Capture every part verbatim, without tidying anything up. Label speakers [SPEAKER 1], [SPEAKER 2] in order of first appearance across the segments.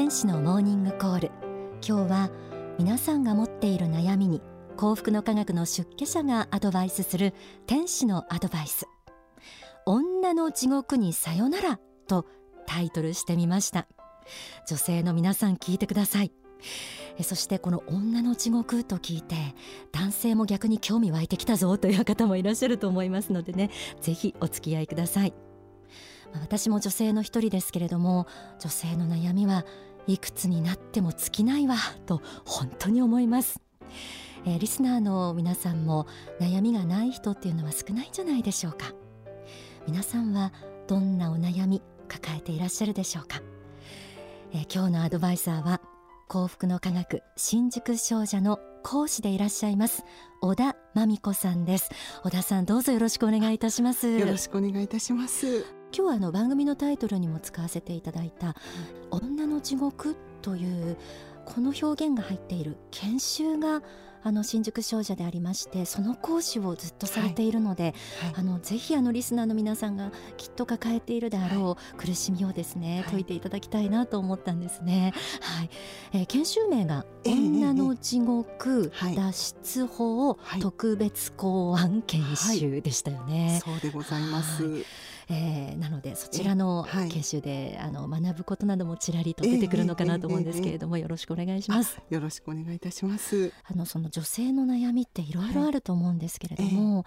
[SPEAKER 1] 天使のモーニングコール。今日は皆さんが持っている悩みに幸福の科学の出家者がアドバイスする天使のアドバイス、女の地獄にさよならとタイトルしてみました。女性の皆さん聞いてください。そしてこの女の地獄と聞いて男性も逆に興味湧いてきたぞという方もいらっしゃると思いますのでね、ぜひお付き合いください。私も女性の一人ですけれども、女性の悩みはいくつになっても尽きないわと本当に思います。えー、リスナーの皆さんも悩みがない人っていうのは少ないんじゃないでしょうか。皆さんはどんなお悩み抱えていらっしゃるでしょうか。えー、今日のアドバイザーは幸福の科学新宿商社の講師でいらっしゃいます小田真美子さんです。小田さん、どうぞよろしくお願いいたします。
[SPEAKER 2] よろしくお願いいたします。
[SPEAKER 1] 今日はあの番組のタイトルにも使わせていただいた、うん、女の地獄というこの表現が入っている研修があの新宿商社でありまして、その講師をずっとされているので、はいはい、あのぜひあのリスナーの皆さんがきっと抱えているであろう、はい、苦しみをですね、はい、解いていただきたいなと思ったんですね。はい、えー、研修名が女の地獄脱出法特別講案研修でしたよね。
[SPEAKER 2] はい、そうでございます。はい、
[SPEAKER 1] えー、なのでそちらの研修で、はい、あの学ぶことなどもちらりと出てくるのかなと思うんですけれども、よろしくお願いします。
[SPEAKER 2] よろしくお願いいたします。
[SPEAKER 1] あのその女性の悩みっていろいろあると思うんですけれども、はい、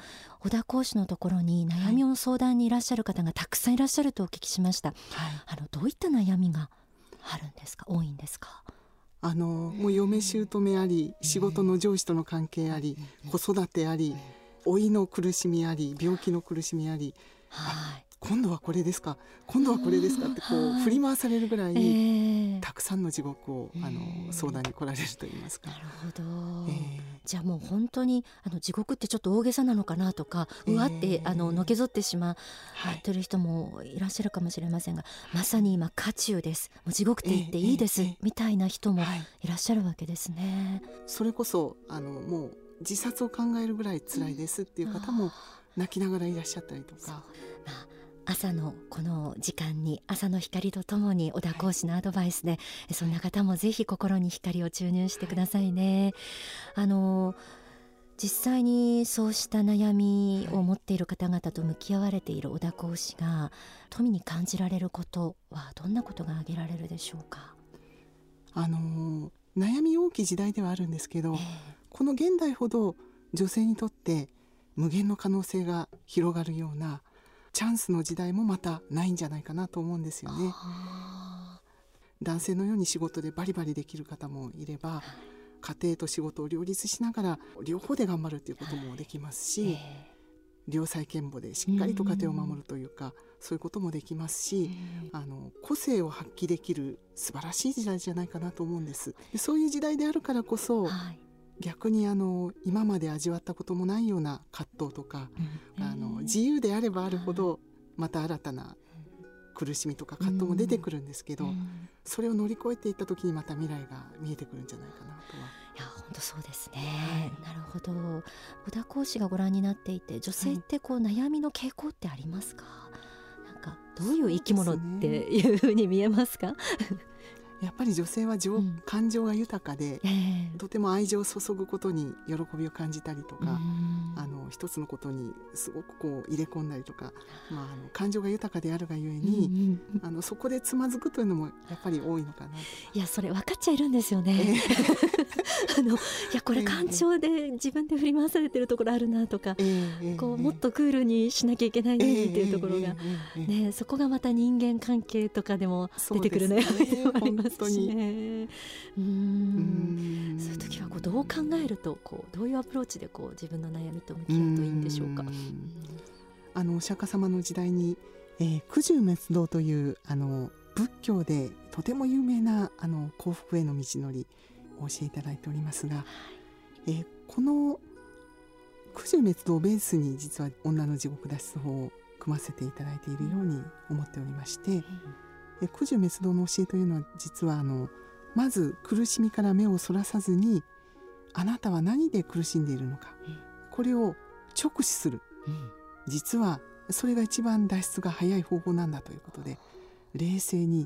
[SPEAKER 1] 小田講師のところに悩みを相談にいらっしゃる方がたくさんいらっしゃるとお聞きしました。はい、あのどういった悩みがあるんですか、多いんですか。
[SPEAKER 2] あのもう嫁姑あり、仕事の上司との関係あり、子育てあり、老いの苦しみあり、病気の苦しみあり、はい、今度はこれですか、今度はこれですかってこう振り回されるぐらい、えー、たくさんの地獄をあの、えー、相談に来られると言いますか。
[SPEAKER 1] なるほど、えー、じゃあもう本当にあの地獄ってちょっと大げさなのかなとか、うわって、えー、あののけぞってしまってる人もいらっしゃるかもしれませんが、はい、まさに今渦中です、もう地獄って言っていいです、えーえー、みたいな人もいらっしゃるわけですね。
[SPEAKER 2] はい、それこそあのもう自殺を考えるぐらい辛いですっていう方も泣きながらいらっしゃったりとか、ま
[SPEAKER 1] あ朝のこの時間に朝の光とともに小田講師のアドバイスで、はい、そんな方もぜひ心に光を注入してくださいね。はい、あの実際にそうした悩みを持っている方々と向き合われている小田講師が富に感じられることはどんなことが挙げられるでしょうか。
[SPEAKER 2] あの悩み多き時代ではあるんですけど、えー、この現代ほど女性にとって無限の可能性が広がるようなチャンスの時代もまたないんじゃないかなと思うんですよね。男性のように仕事でバリバリできる方もいれば、家庭と仕事を両立しながら両方で頑張るということもできますし、良妻賢母でしっかりと家庭を守るというか、そういうこともできますし、あの個性を発揮できる素晴らしい時代じゃないかなと思うんです。でそういう時代であるからこそ、はい、逆にあの今まで味わったこともないような葛藤とか、うん、あの自由であればあるほどまた新たな苦しみとか葛藤も出てくるんですけど、うん、それを乗り越えていった時にまた未来が見えてくるんじゃないかなとは。
[SPEAKER 1] いや本当そうですね、はい、なるほど。小田講師がご覧になっていて、女性ってこう悩みの傾向ってありますか。なんかどういう生き物っていうふうに見えますか。
[SPEAKER 2] やっぱり女性は情、うん、感情が豊かで、えー、とても愛情を注ぐことに喜びを感じたりとか、あの一つのことにすごくこう入れ込んだりとか、まあ、あの感情が豊かであるがゆえに、うんうん、あのそこでつまずくというのもやっぱり多いのかなと。
[SPEAKER 1] いやそれ分かっちゃいるんですよね。えー、あのいやこれ感情で自分で振り回されてるところあるなとか、えー、こうもっとクールにしなきゃいけないのにっていうところが、えーね、そこがまた人間関係とかでも出てくる悩みでもありますしね。うーんそういう時はこうどう考えるとこうどういうアプローチでこう自分の悩みと向き合うといいんでしょうか。
[SPEAKER 2] あのお釈迦様の時代に、えー、苦渋滅道というあの仏教でとても有名なあの幸福への道のりを教えていただいておりますが、えー、この苦渋滅道をベースに実は女の地獄脱出法を組ませていただいているように思っておりまして、うんえ苦渋滅道の教えというのは実はあのまず苦しみから目をそらさずに、あなたは何で苦しんでいるのか、うん、これを直視する、うん、実はそれが一番脱出が早い方法なんだということで、冷静に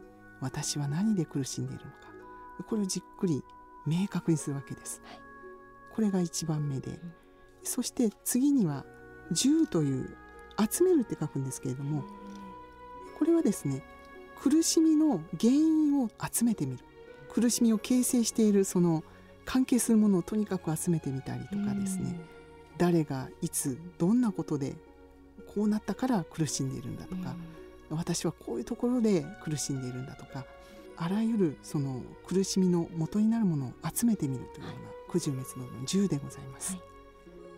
[SPEAKER 2] 私は何で苦しんでいるのか、これをじっくり明確にするわけです、はい、これが一番目で、うん、そして次には十という集めるって書くんですけれども、これはですね、苦しみの原因を集めてみる、苦しみを形成しているその関係するものをとにかく集めてみたりとかですね、誰がいつどんなことでこうなったから苦しんでいるんだとか、私はこういうところで苦しんでいるんだとか、あらゆるその苦しみの元になるものを集めてみるというのが苦渋滅道の十でございます、はい、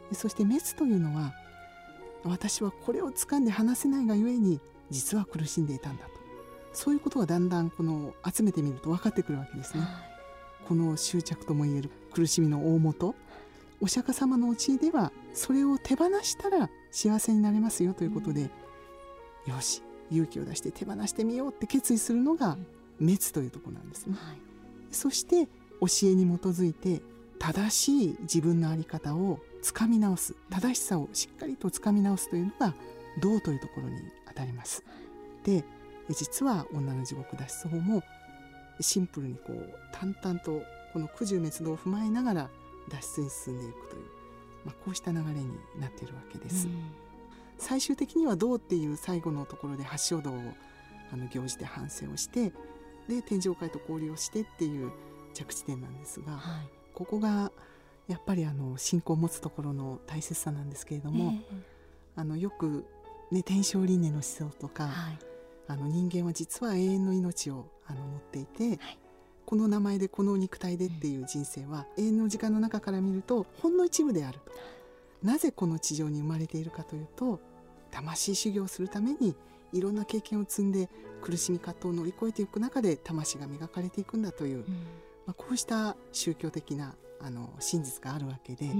[SPEAKER 2] そして滅というのは、私はこれを掴んで離せないがゆえに実は苦しんでいたんだと、そういうことがだんだんこの集めてみると分かってくるわけですね、はい、この執着ともいえる苦しみの大元、お釈迦様の教えではそれを手放したら幸せになれますよということで、うん、よし勇気を出して手放してみようって決意するのが滅というところなんですね、はい、そして教えに基づいて正しい自分の在り方をつかみ直す、正しさをしっかりとつかみ直すというのが道というところにあたります。で、実は女の地獄脱出法もシンプルにこう淡々とこの苦渋滅道を踏まえながら脱出に進んでいくという、まあ、こうした流れになっているわけです、うん、最終的には道っていう最後のところで八正道をあの行じて反省をして、で天上界と交流をしてっていう着地点なんですが、はい、ここがやっぱりあの信仰を持つところの大切さなんですけれども、えー、あのよく、ね、天正輪廻の思想とか、はい、あの人間は実は永遠の命をあの持っていて、はい、この名前でこの肉体でっていう人生は、うん、永遠の時間の中から見るとほんの一部であると。なぜこの地上に生まれているかというと、魂修行をするためにいろんな経験を積んで苦しみ葛藤を乗り越えていく中で魂が磨かれていくんだという、うん、まあ、こうした宗教的なあの真実があるわけで、うん、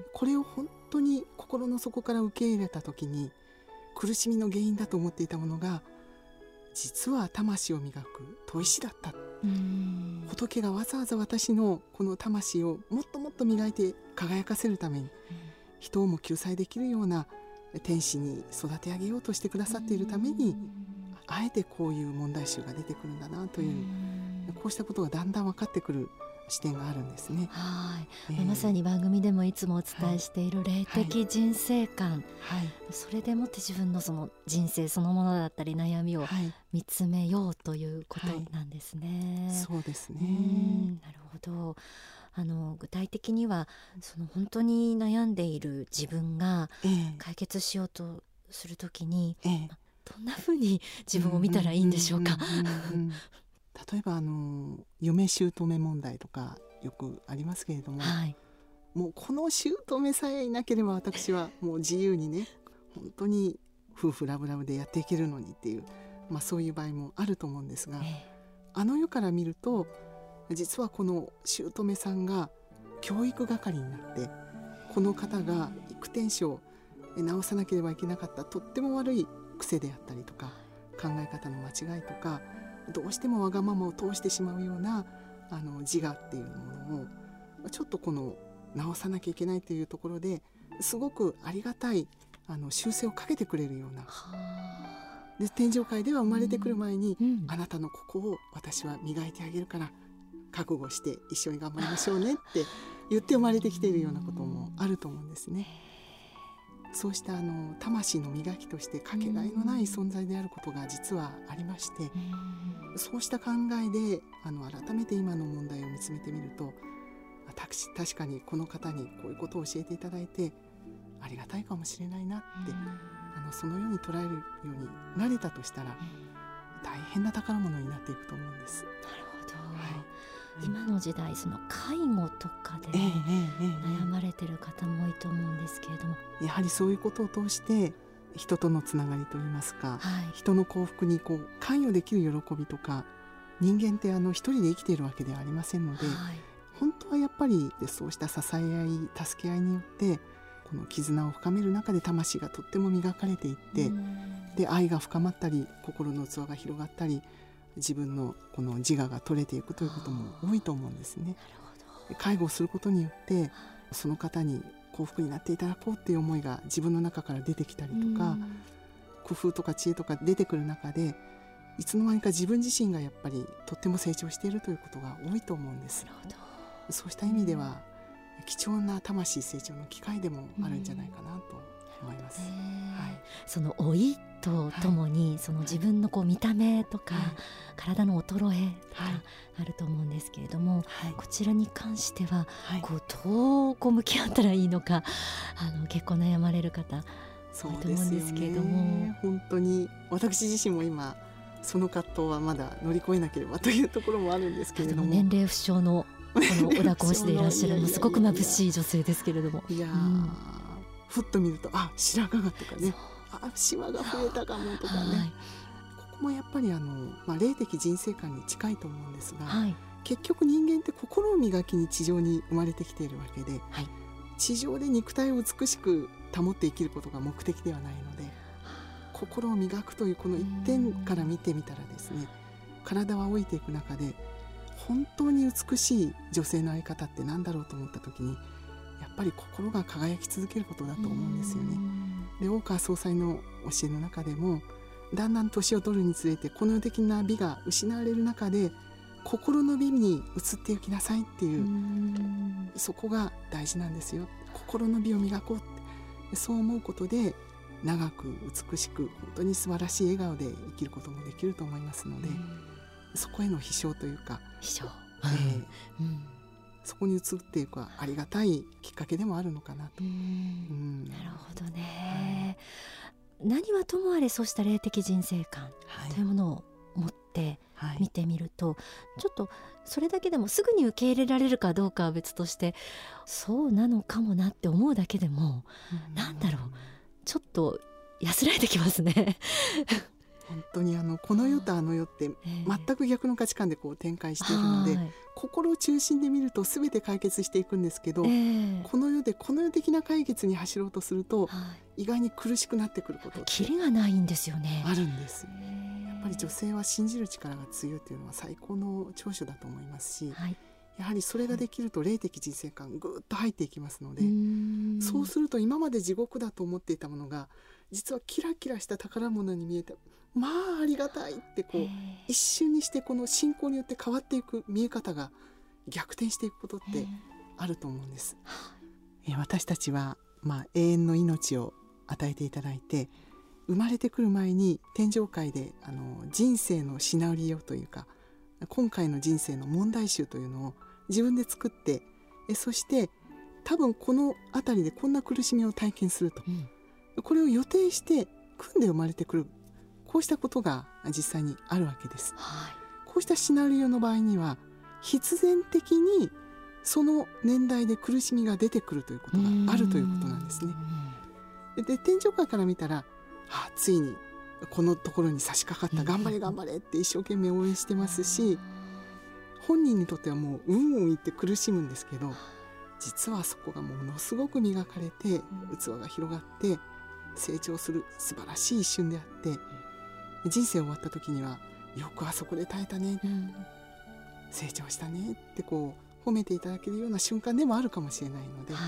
[SPEAKER 2] これを本当に心の底から受け入れた時に、苦しみの原因だと思っていたものが実は魂を磨く砥石だった、うん、仏がわざわざ私のこの魂をもっともっと磨いて輝かせるために、うん、人をも救済できるような天使に育て上げようとしてくださっているために、うん、あえてこういう問題集が出てくるんだなという、うん、こうしたことがだんだん分かってくる視点があるんですね。はい、
[SPEAKER 1] えー、まさに番組でもいつもお伝えしている霊的人生観、はいはい、それでもって自分のその人生そのものだったり悩みを見つめようということなんですね、はい、
[SPEAKER 2] そうですね。
[SPEAKER 1] うん、なるほど。あの具体的にはその本当に悩んでいる自分が解決しようとするときに、ええ、どんなふうに自分を見たらいいんでしょうか。
[SPEAKER 2] 例えばあの嫁姑問題とかよくありますけれども、はい、もうこの姑さえいなければ私はもう自由にね本当に夫婦ラブラブでやっていけるのにっていう、まあ、そういう場合もあると思うんですが、ええ、あの世から見ると実はこの姑さんが教育係になってこの方が育転書を直さなければいけなかったとっても悪い癖であったりとか考え方の間違いとかどうしてもわがままを通してしまうようなあの自我っていうものをちょっとこの直さなきゃいけないというところですごくありがたいあの修正をかけてくれるようなで天上界では生まれてくる前に、うんうん、あなたのここを私は磨いてあげるから覚悟して一緒に頑張りましょうねって言って生まれてきているようなこともあると思うんですね。そうしたあの魂の磨きとしてかけがえのない存在であることが実はありまして、そうした考えであの改めて今の問題を見つめてみると確かにこの方にこういうことを教えていただいてありがたいかもしれないなってあのそのように捉えるようになれたとしたら大変な宝物になっていくと思うんです。
[SPEAKER 1] なるほど、はい、今の時代その介護とかで、ねえーえーえー、悩まれてる方も多いと思うんですけれども、
[SPEAKER 2] やはりそういうことを通して人とのつながりといいますか、はい、人の幸福にこう関与できる喜びとか人間ってあの一人で生きているわけではありませんので、はい、本当はやっぱりそうした支え合い助け合いによってこの絆を深める中で魂がとっても磨かれていってで愛が深まったり心の器が広がったり自分のこの自我が取れていくということも多いと思うんですね。なるほど。介護をすることによってその方に幸福になっていただこうっていう思いが自分の中から出てきたりとか工夫とか知恵とか出てくる中でいつの間にか自分自身がやっぱりとっても成長しているということが多いと思うんです。
[SPEAKER 1] なるほど。
[SPEAKER 2] そうした意味では貴重な魂成長の機会でもあるんじゃないかなと思います。はい、
[SPEAKER 1] その老いとともに、はい、その自分のこう見た目とか、はい、体の衰えとかあると思うんですけれども、はい、こちらに関しては、はい、こうどうこう向き合ったらいいのか、あの結構悩まれる方多いと思うんですけれども、
[SPEAKER 2] 本当に私自身も今その葛藤はまだ乗り越えなければというところもあるんですけれども、
[SPEAKER 1] 年齢不詳のこの小田講師でいらっしゃるすごく眩しい女性ですけれども、
[SPEAKER 2] いや、うん、ふっと見るとあ白髪がとかね、あシワが増えたかもとかね、はい、ここもやっぱりあの、まあ、霊的人生観に近いと思うんですが、はい、結局人間って心を磨きに地上に生まれてきているわけで、はい、地上で肉体を美しく保って生きることが目的ではないので、心を磨くというこの一点から見てみたらですね、体は老いていく中で本当に美しい女性の在り方って何だろうと思った時に、やっぱり心が輝き続けることだと思うんですよね。で、大川総裁の教えの中でも、だんだん年を取るにつれてこの世的な美が失われる中で心の美に移っていきなさいっていう、うそこが大事なんですよ。心の美を磨こうって、そう思うことで長く美しく本当に素晴らしい笑顔で生きることもできると思いますので、そこへの飛翔というか、
[SPEAKER 1] 飛翔、
[SPEAKER 2] えーうん、そこに移っていくありがたいきっかけでもあるのかなと。うんうん、
[SPEAKER 1] なるほどね、はい、何はともあれそうした霊的人生観というものを持って見てみると、はい、ちょっとそれだけでもすぐに受け入れられるかどうかは別として、そうなのかもなって思うだけでも、うん、なんだろう、ちょっと安らいできますね
[SPEAKER 2] 本当にあのこの世とあの世って全く逆の価値観でこう展開しているので、えー、心を中心で見ると全て解決していくんですけど、えー、この世でこの世的な解決に走ろうとすると、はい、意外に苦しくなってくることって
[SPEAKER 1] キリがないんですよね。
[SPEAKER 2] あるんです。えー、やっぱり女性は信じる力が強いというのは最高の長所だと思いますし、はい、やはりそれができると霊的人生観ぐーっと入っていきますので、そうすると今まで地獄だと思っていたものが実はキラキラした宝物に見えて、まあありがたいってこう一瞬にしてこの信仰によって変わっていく見え方が逆転していくことってあると思うんです。え私たちは、まあ、永遠の命を与えていただいて、生まれてくる前に天上界であの人生のシナリオというか、今回の人生の問題集というのを自分で作って、えそして多分この辺りでこんな苦しみを体験すると、うん、これを予定して組んで生まれてくる、こうしたことが実際にあるわけです。はい、こうしたシナリオの場合には必然的にその年代で苦しみが出てくるということがあるということなんですね。で、天上界から見たら、はあ、ついにこのところに差し掛かった、頑張れ頑張れって一生懸命応援してますし、本人にとってはもううんうん言って苦しむんですけど、実はそこがものすごく磨かれて器が広がって成長する素晴らしい一瞬であって、人生終わった時にはよくあそこで耐えたね、うん、成長したねってこう褒めていただけるような瞬間でもあるかもしれないので、はい、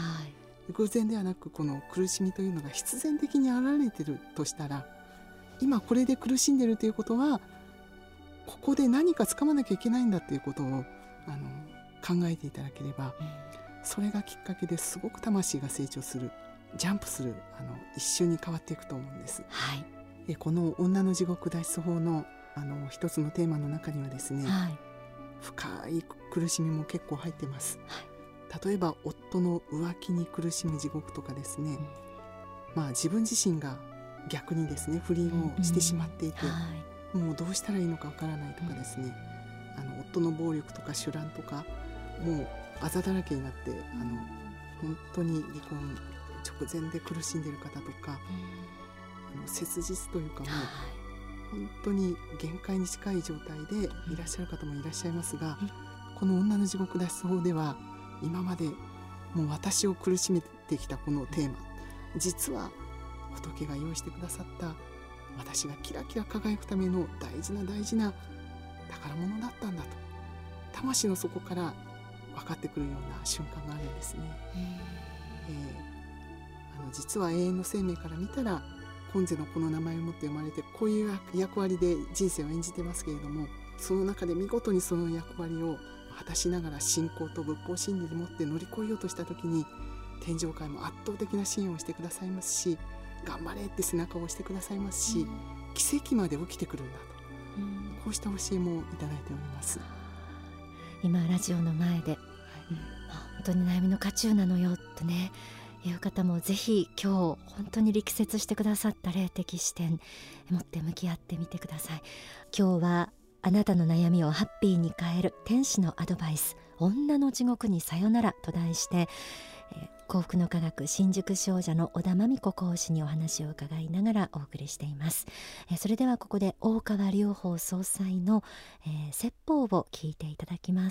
[SPEAKER 2] 偶然ではなくこの苦しみというのが必然的に現れているとしたら、今これで苦しんでいるということはここで何かつかまなきゃいけないんだということをあの考えていただければ、うん、それがきっかけですごく魂が成長する、ジャンプするあの一瞬に変わっていくと思うんです。はい、えこの女の地獄脱出法のあの一つのテーマの中にはですね、はい、深い苦しみも結構入っています。はい、例えば夫の浮気に苦しむ地獄とかですね、うん、まあ自分自身が逆にですね不倫をしてしまっていて、うんはい、もうどうしたらいいのかわからないとかですね、うん、あの夫の暴力とか酒乱とかもうあざだらけになって、うん、あの本当に離婚直前で苦しんでいる方とか、うん、あの切実というかもう、はい本当に限界に近い状態でいらっしゃる方もいらっしゃいますが、うん、この女の地獄脱出法では今までもう私を苦しめてきたこのテーマ、実は仏が用意してくださった私がキラキラ輝くための大事な大事な宝物だったんだと魂の底から分かってくるような瞬間があるんですね。えー、あの実は永遠の生命から見たら今世のこの名前を持って生まれて、こういう役割で人生を演じてますけれども、その中で見事にその役割を果たしながら信仰と仏法真理でもって乗り越えようとした時に、天上界も圧倒的な支援をしてくださいますし、頑張れって背中を押してくださいますし、うん、奇跡まで起きてくるんだと、うん、こうした教えもいただいております。
[SPEAKER 1] 今ラジオの前で、はい、うん、本当に悩みの渦中なのよとねいう方も、ぜひ今日本当に力説してくださった霊的視点持って向き合ってみてください。今日はあなたの悩みをハッピーに変える天使のアドバイス、女の地獄にさよならと題して、えー、幸福の科学新宿少女の小田真美子講師にお話を伺いながらお送りしています。えー、それではここで大川隆法総裁の、えー、説法を聞いていただきます。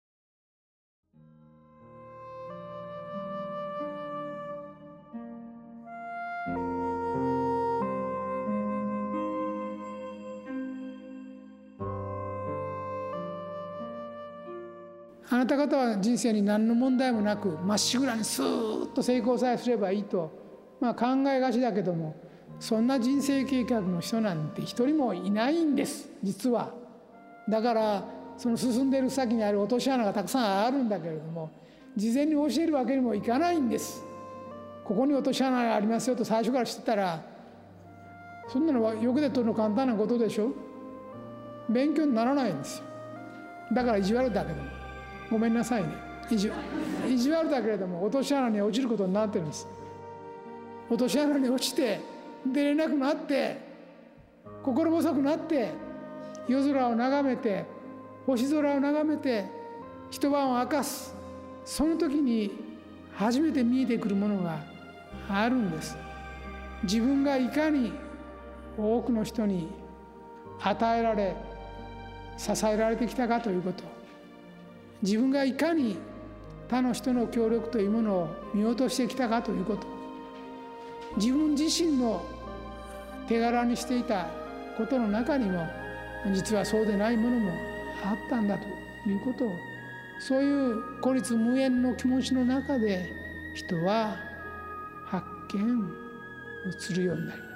[SPEAKER 3] あなた方は人生に何の問題もなくまっしぐらにスーッと成功さえすればいいと、まあ、考えがちだけども、そんな人生計画の人なんて一人もいないんです、実は。だからその進んでいる先にある落とし穴がたくさんあるんだけれども、事前に教えるわけにもいかないんです。ここに落とし穴がありますよと最初から知ってたら、そんなのは欲で取るの簡単なことでしょ。勉強にならないんですよ。だから意地悪だけども、ごめんなさいね、意地意地悪だけれども落とし穴に落ちることになってるんです。落とし穴に落ちて出れなくなって、心細くなって、夜空を眺めて星空を眺めて一晩を明かす、その時に初めて見えてくるものがあるんです。自分がいかに多くの人に与えられ支えられてきたかということ、自分がいかに他の人の協力というものを見落としてきたかということ、自分自身の手柄にしていたことの中にも実はそうでないものもあったんだということを、そういう孤立無縁の気持ちの中で人は発見をするようになります。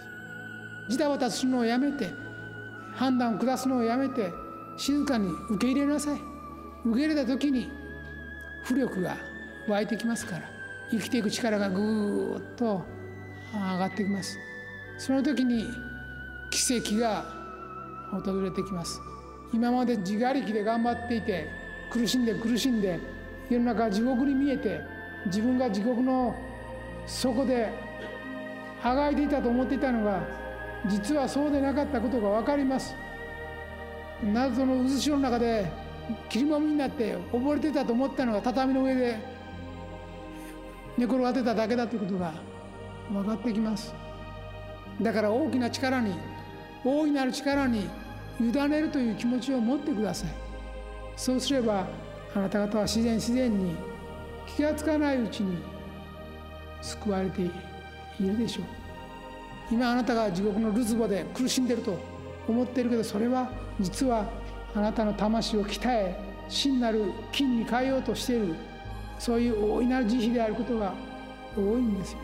[SPEAKER 3] ジタバタするのをやめて、判断を下すのをやめて、静かに受け入れなさい。受け入れた時に浮力が湧いてきますから、生きていく力がぐーっと上がってきます。その時に奇跡が訪れてきます。今まで自我力で頑張っていて、苦しんで苦しんで世の中が地獄に見えて、自分が地獄の底であがいていたと思っていたのが、実はそうでなかったことが分かります。謎の渦潮の中で切りもみになって溺れてたと思ったのが、畳の上で寝転がってただけだということが分かってきます。だから大きな力に、大いなる力に委ねるという気持ちを持ってください。そうすればあなた方は自然自然に気がつかないうちに救われているでしょう。今あなたが地獄のるつぼで苦しんでいると思っているけど、それは実はあなたの魂を鍛え、真なる金に変えようとしている、そういう大いなる慈悲であることが多いんですよ。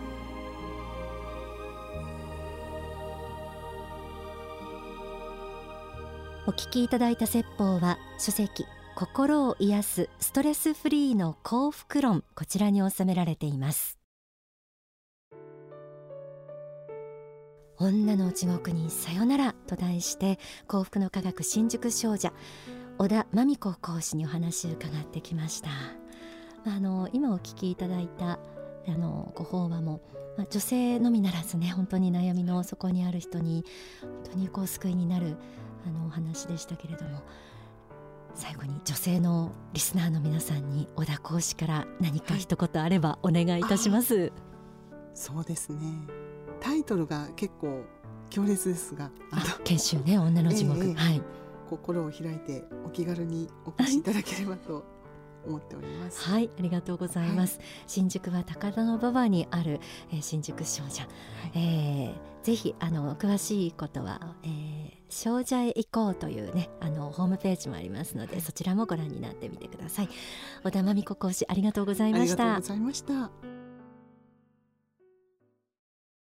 [SPEAKER 1] お聞きいただいた説法は書籍心を癒すストレスフリーの幸福論、こちらに収められています。女の地獄にさよならと題して、幸福の科学新宿少女小田真美子講師にお話を伺ってきました。あの今お聞きいただいたあのご法話も、まあ、女性のみならずね、本当に悩みの底にある人に本当にこう救いになるあのお話でしたけれども、最後に女性のリスナーの皆さんに小田講師から何か一言あればお願いいたします。はい、
[SPEAKER 2] そうですね、タイトルが結構強烈ですが、
[SPEAKER 1] あ研修ね、女の地獄、えーえーはい、
[SPEAKER 2] 心を開いてお気軽にお越しいただければと思っております。
[SPEAKER 1] はい、ありがとうございます。はい、新宿は高田馬場にある、えー、新宿少女、はいえー、ぜひあの詳しいことは、えー、少女へ行こうというね、あのホームページもありますので、はい、そちらもご覧になってみてください。小田真美子講師、ありがとうございました。
[SPEAKER 2] ありがとうございました。